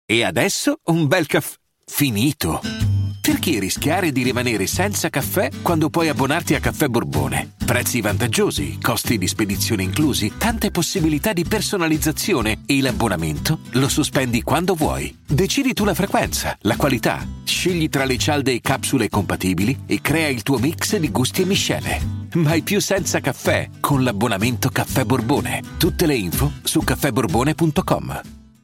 E adesso un bel caffè finito. Perché rischiare di rimanere senza caffè quando puoi abbonarti a Caffè Borbone? Prezzi vantaggiosi, costi di spedizione inclusi, tante possibilità di personalizzazione e l'abbonamento lo sospendi quando vuoi. Decidi tu la frequenza, la qualità, scegli tra le cialde e capsule compatibili e crea il tuo mix di gusti e miscele. Mai più senza caffè con l'abbonamento Caffè Borbone. Tutte le info su caffèborbone.com.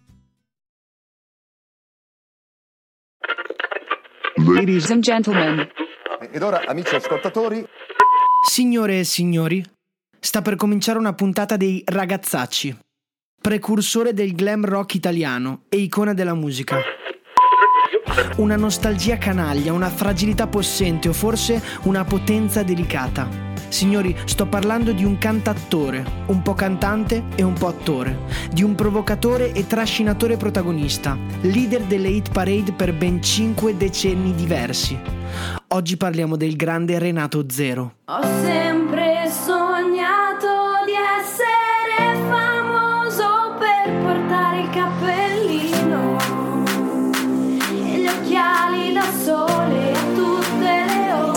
Ladies and gentlemen. Ed ora, amici ascoltatori, signore e signori, sta per cominciare una puntata dei Ragazzacci, precursore del glam rock italiano e icona della musica. Una nostalgia canaglia, una fragilità possente o forse una potenza delicata. Signori, sto parlando di un cantattore, un po' cantante e un po' attore, di un provocatore e trascinatore protagonista, leader delle hit parade per ben 5 decenni diversi. Oggi parliamo del grande Renato Zero. Ho sempre sognato di essere famoso per portare il cappellino e gli occhiali da sole a tutte le ore.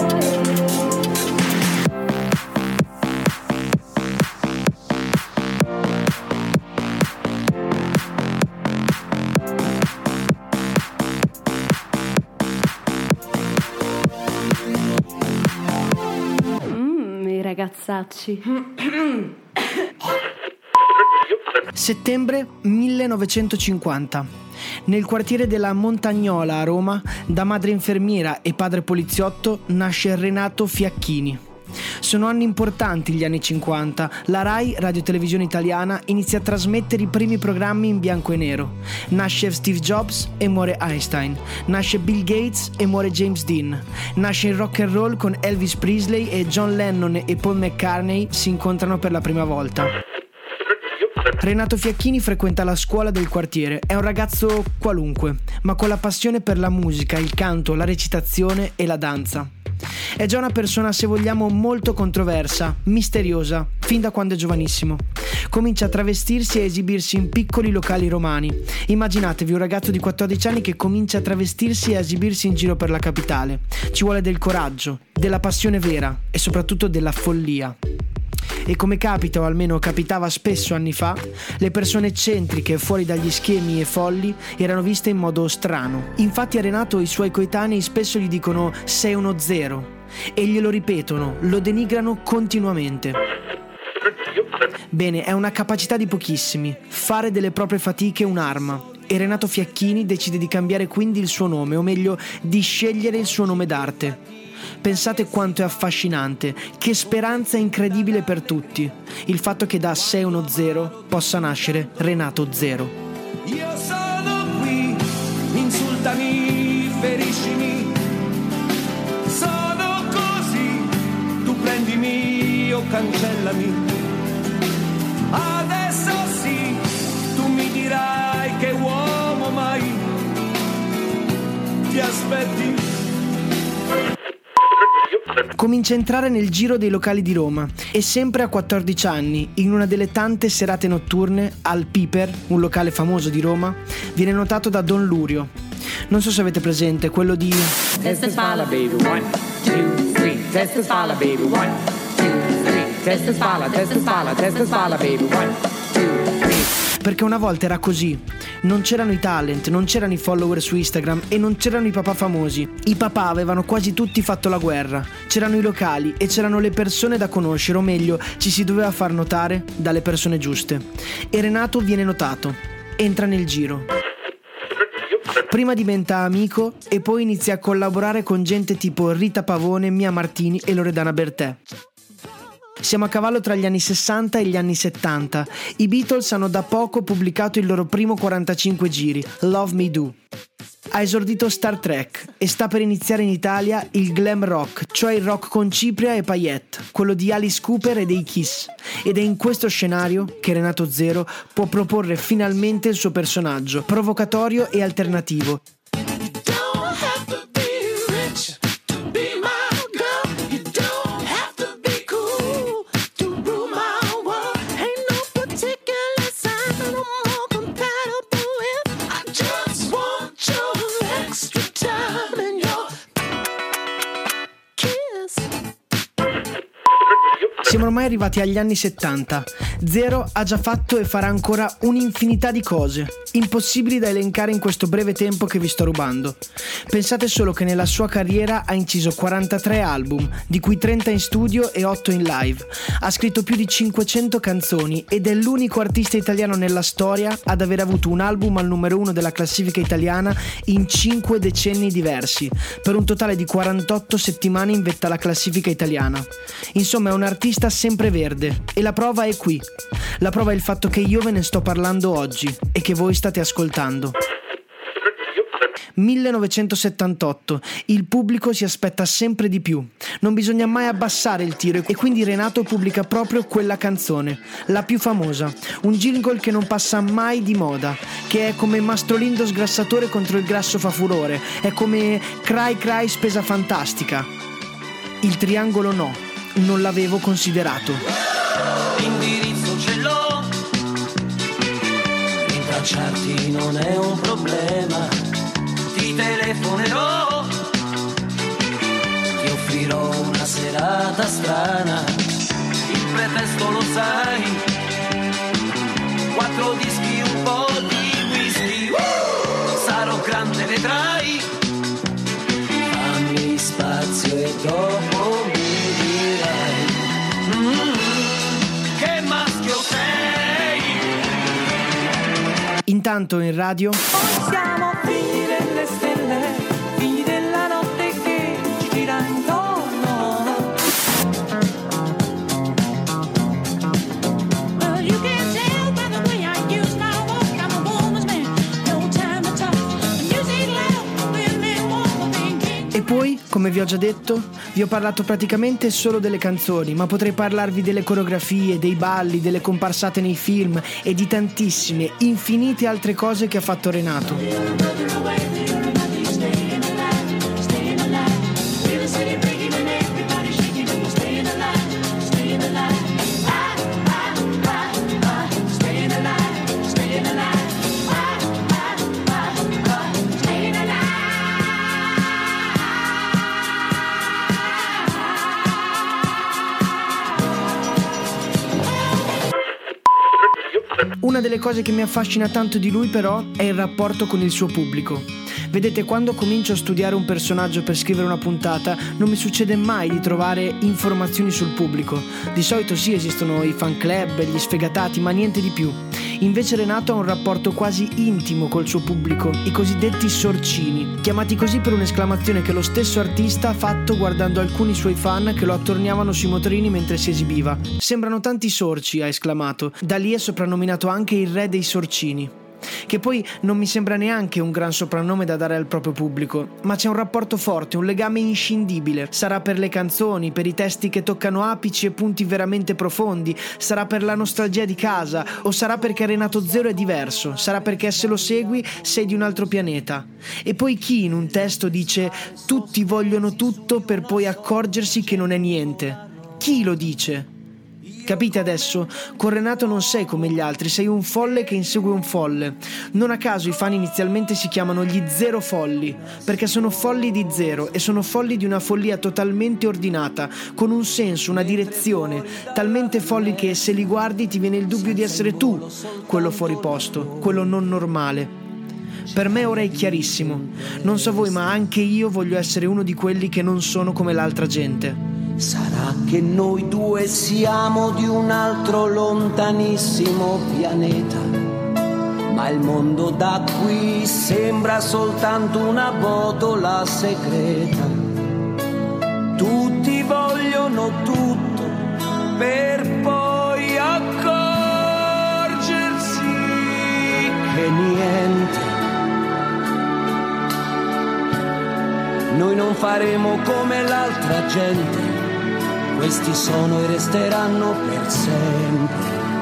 I ragazzacci. Settembre 1950. Nel quartiere della Montagnola a Roma, da madre infermiera e padre poliziotto, nasce Renato Fiacchini. Sono anni importanti gli anni 50. La Rai, Radio Televisione Italiana, inizia a trasmettere i primi programmi in bianco e nero. Nasce Steve Jobs e muore Einstein. Nasce Bill Gates e muore James Dean. Nasce il rock and roll con Elvis Presley e John Lennon e Paul McCartney si incontrano per la prima volta. Renato Fiacchini frequenta la scuola del quartiere, è un ragazzo qualunque, ma con la passione per la musica, il canto, la recitazione e la danza. È già una persona, se vogliamo, molto controversa, misteriosa, fin da quando è giovanissimo. Comincia a travestirsi e a esibirsi in piccoli locali romani. Immaginatevi un ragazzo di 14 anni che comincia a travestirsi e a esibirsi in giro per la capitale. Ci vuole del coraggio, della passione vera e soprattutto della follia. E come capita, o almeno capitava spesso anni fa, le persone eccentriche fuori dagli schemi e folli erano viste in modo strano. Infatti a Renato i suoi coetanei spesso gli dicono "sei uno zero" e glielo ripetono, lo denigrano continuamente. Bene, è una capacità di pochissimi, fare delle proprie fatiche un'arma. E Renato Fiacchini decide di cambiare quindi il suo nome, o meglio, di scegliere il suo nome d'arte. Pensate quanto è affascinante, che speranza incredibile per tutti, il fatto che da 610 possa nascere Renato Zero. Io sono qui, insultami, feriscimi, sono così, tu prendimi o cancellami, adesso sì, tu mi dirai che uomo mai ti aspetti. Comincia a entrare nel giro dei locali di Roma e sempre a 14 anni, in una delle tante serate notturne, al Piper, un locale famoso di Roma, viene notato da Don Lurio. Non so se avete presente quello di Testa spalla baby, 1, 2, 3, testa spalla baby, 1, 2, 3, testa spalla baby, 1, 2, 3. Perché una volta era così. Non c'erano i talent, non c'erano i follower su Instagram e non c'erano i papà famosi. I papà avevano quasi tutti fatto la guerra. C'erano i locali e c'erano le persone da conoscere, o meglio, ci si doveva far notare dalle persone giuste. E Renato viene notato. Entra nel giro. Prima diventa amico e poi inizia a collaborare con gente tipo Rita Pavone, Mia Martini e Loredana Bertè. Siamo a cavallo tra gli anni 60 e gli anni 70. I Beatles hanno da poco pubblicato il loro primo 45 giri, Love Me Do. Ha esordito Star Trek e sta per iniziare in Italia il glam rock, cioè il rock con cipria e paillette, quello di Alice Cooper e dei Kiss. Ed è in questo scenario che Renato Zero può proporre finalmente il suo personaggio, provocatorio e alternativo. Just Siamo ormai arrivati agli anni 70. Zero ha già fatto e farà ancora un'infinità di cose, impossibili da elencare in questo breve tempo che vi sto rubando. Pensate solo che nella sua carriera ha inciso 43 album, di cui 30 in studio e 8 in live. Ha scritto più di 500 canzoni ed è l'unico artista italiano nella storia ad aver avuto un album al numero 1 della classifica italiana in 5 decenni diversi, per un totale di 48 settimane in vetta alla classifica italiana. Insomma, è un artista sempre verde e la prova è qui. La prova è il fatto che io ve ne sto parlando oggi e che voi state ascoltando. 1978. Il pubblico si aspetta sempre di più. Non bisogna mai abbassare il tiro e quindi Renato pubblica proprio quella canzone, la più famosa. Un jingle che non passa mai di moda, che è come Mastro Lindo sgrassatore contro il grasso fa furore, è come Cry Cry spesa fantastica. Il triangolo no, non l'avevo considerato. L'indirizzo ce l'ho, rintracciarti non è un problema, ti telefonerò, ti offrirò una serata strana, il pretesto lo sai, 4 dischi, un po' di whisky, sarò grande vedrai, fammi spazio e dopo mi dirai che maschio sei. Intanto in radio Siamo figli delle stelle, figli della notte che ci gira intorno. You can't tell by the way I use my walk, I'm a woman's man, no time to talk. Music loud, women want thinking. e poi, come vi ho già detto, vi ho parlato praticamente solo delle canzoni, ma potrei parlarvi delle coreografie, dei balli, delle comparsate nei film e di tantissime, infinite altre cose che ha fatto Renato. Una delle cose che mi affascina tanto di lui però è il rapporto con il suo pubblico. Vedete, quando comincio a studiare un personaggio per scrivere una puntata non mi succede mai di trovare informazioni sul pubblico. Di solito sì, esistono i fan club, gli sfegatati, ma niente di più. Invece Renato ha un rapporto quasi intimo col suo pubblico, i cosiddetti sorcini, chiamati così per un'esclamazione che lo stesso artista ha fatto guardando alcuni suoi fan che lo attorniavano sui motorini mentre si esibiva. Sembrano tanti sorci, ha esclamato. Da lì è soprannominato anche il re dei sorcini, che poi non mi sembra neanche un gran soprannome da dare al proprio pubblico, ma c'è un rapporto forte, un legame inscindibile. Sarà per le canzoni, per i testi che toccano apici e punti veramente profondi, sarà per la nostalgia di casa, o sarà perché Renato Zero è diverso, sarà perché se lo segui sei di un altro pianeta. E poi chi in un testo dice tutti vogliono tutto per poi accorgersi che non è niente? Chi lo dice? Capite adesso? Con Renato non sei come gli altri, sei un folle che insegue un folle. Non a caso i fan inizialmente si chiamano gli Zero Folli, perché sono folli di zero e sono folli di una follia totalmente ordinata, con un senso, una direzione, talmente folli che se li guardi ti viene il dubbio di essere tu quello fuori posto, quello non normale. Per me ora è chiarissimo. Non so voi, ma anche io voglio essere uno di quelli che non sono come l'altra gente. Sarà che noi due siamo di un altro lontanissimo pianeta, ma il mondo da qui sembra soltanto una botola segreta. Tutti vogliono tutto per poi accorgersi che niente. Noi non faremo come l'altra gente. Questi sono e resteranno per sempre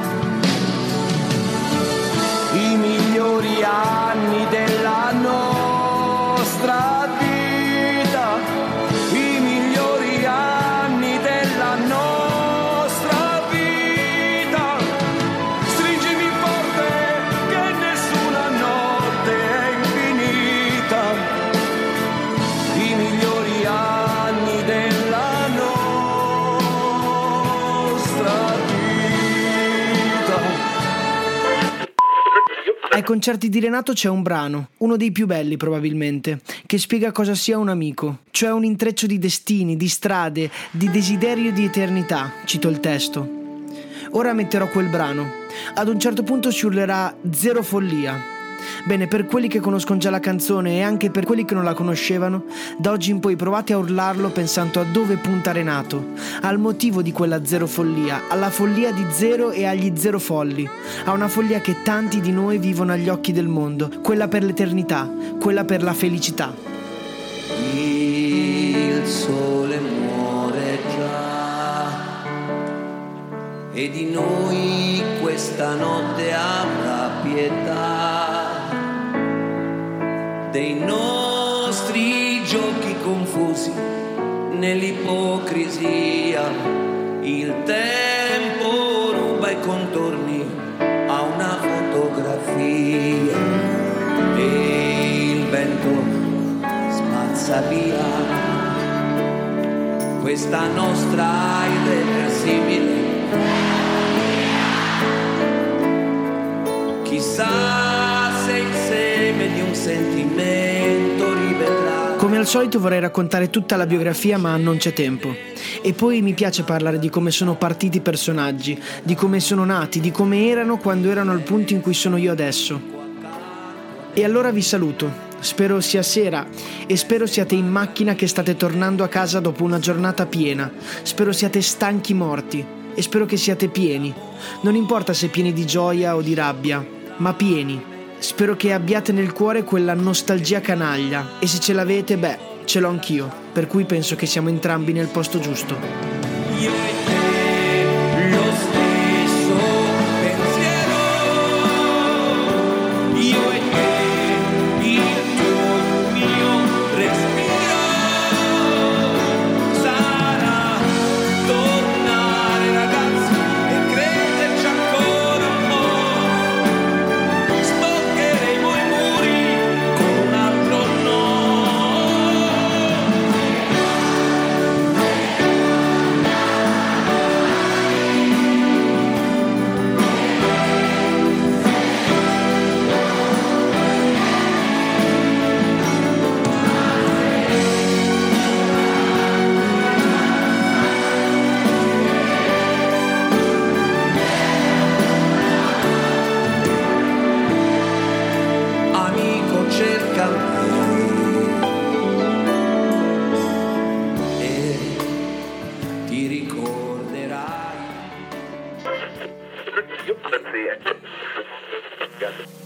i migliori anni della nostra vita, i migliori anni della nostra vita. Stringimi forte che nessuna notte è infinita, i migliori anni della nostra concerti di Renato c'è un brano, uno dei più belli probabilmente, che spiega cosa sia un amico, cioè un intreccio di destini, di strade, di desiderio di eternità, cito il testo. Ora metterò quel brano. Ad un certo punto si urlerà "Zero follia". Bene, per quelli che conoscono già la canzone e anche per quelli che non la conoscevano, da oggi in poi provate a urlarlo pensando a dove punta Renato, al motivo di quella zero follia, alla follia di Zero e agli zero folli, a una follia che tanti di noi vivono agli occhi del mondo, quella per l'eternità, quella per la felicità. Il sole muore già e di noi questa notte avrà pietà, dei nostri giochi confusi nell'ipocrisia. Il tempo ruba i contorni a una fotografia e il vento spazza via questa nostra irreversibile. Chissà se il seme di un sentimento rivedrà. Come al solito vorrei raccontare tutta la biografia, ma non c'è tempo. E poi mi piace parlare di come sono partiti i personaggi, di come sono nati, di come erano quando erano al punto in cui sono io adesso. E allora vi saluto. Spero sia sera e spero siate in macchina che state tornando a casa dopo una giornata piena. Spero siate stanchi morti e spero che siate pieni. Non importa se pieni di gioia o di rabbia, ma pieni. Spero che abbiate nel cuore quella nostalgia canaglia e se ce l'avete, beh, ce l'ho anch'io, per cui penso che siamo entrambi nel posto giusto. Io e te lo stesso pensiero, io e te il tuo mio respiro, sarà tornare ragazzi e crederci ancora un po', stoccheremo i muri con un altro no. Amico, cerca me e ti ricorderai.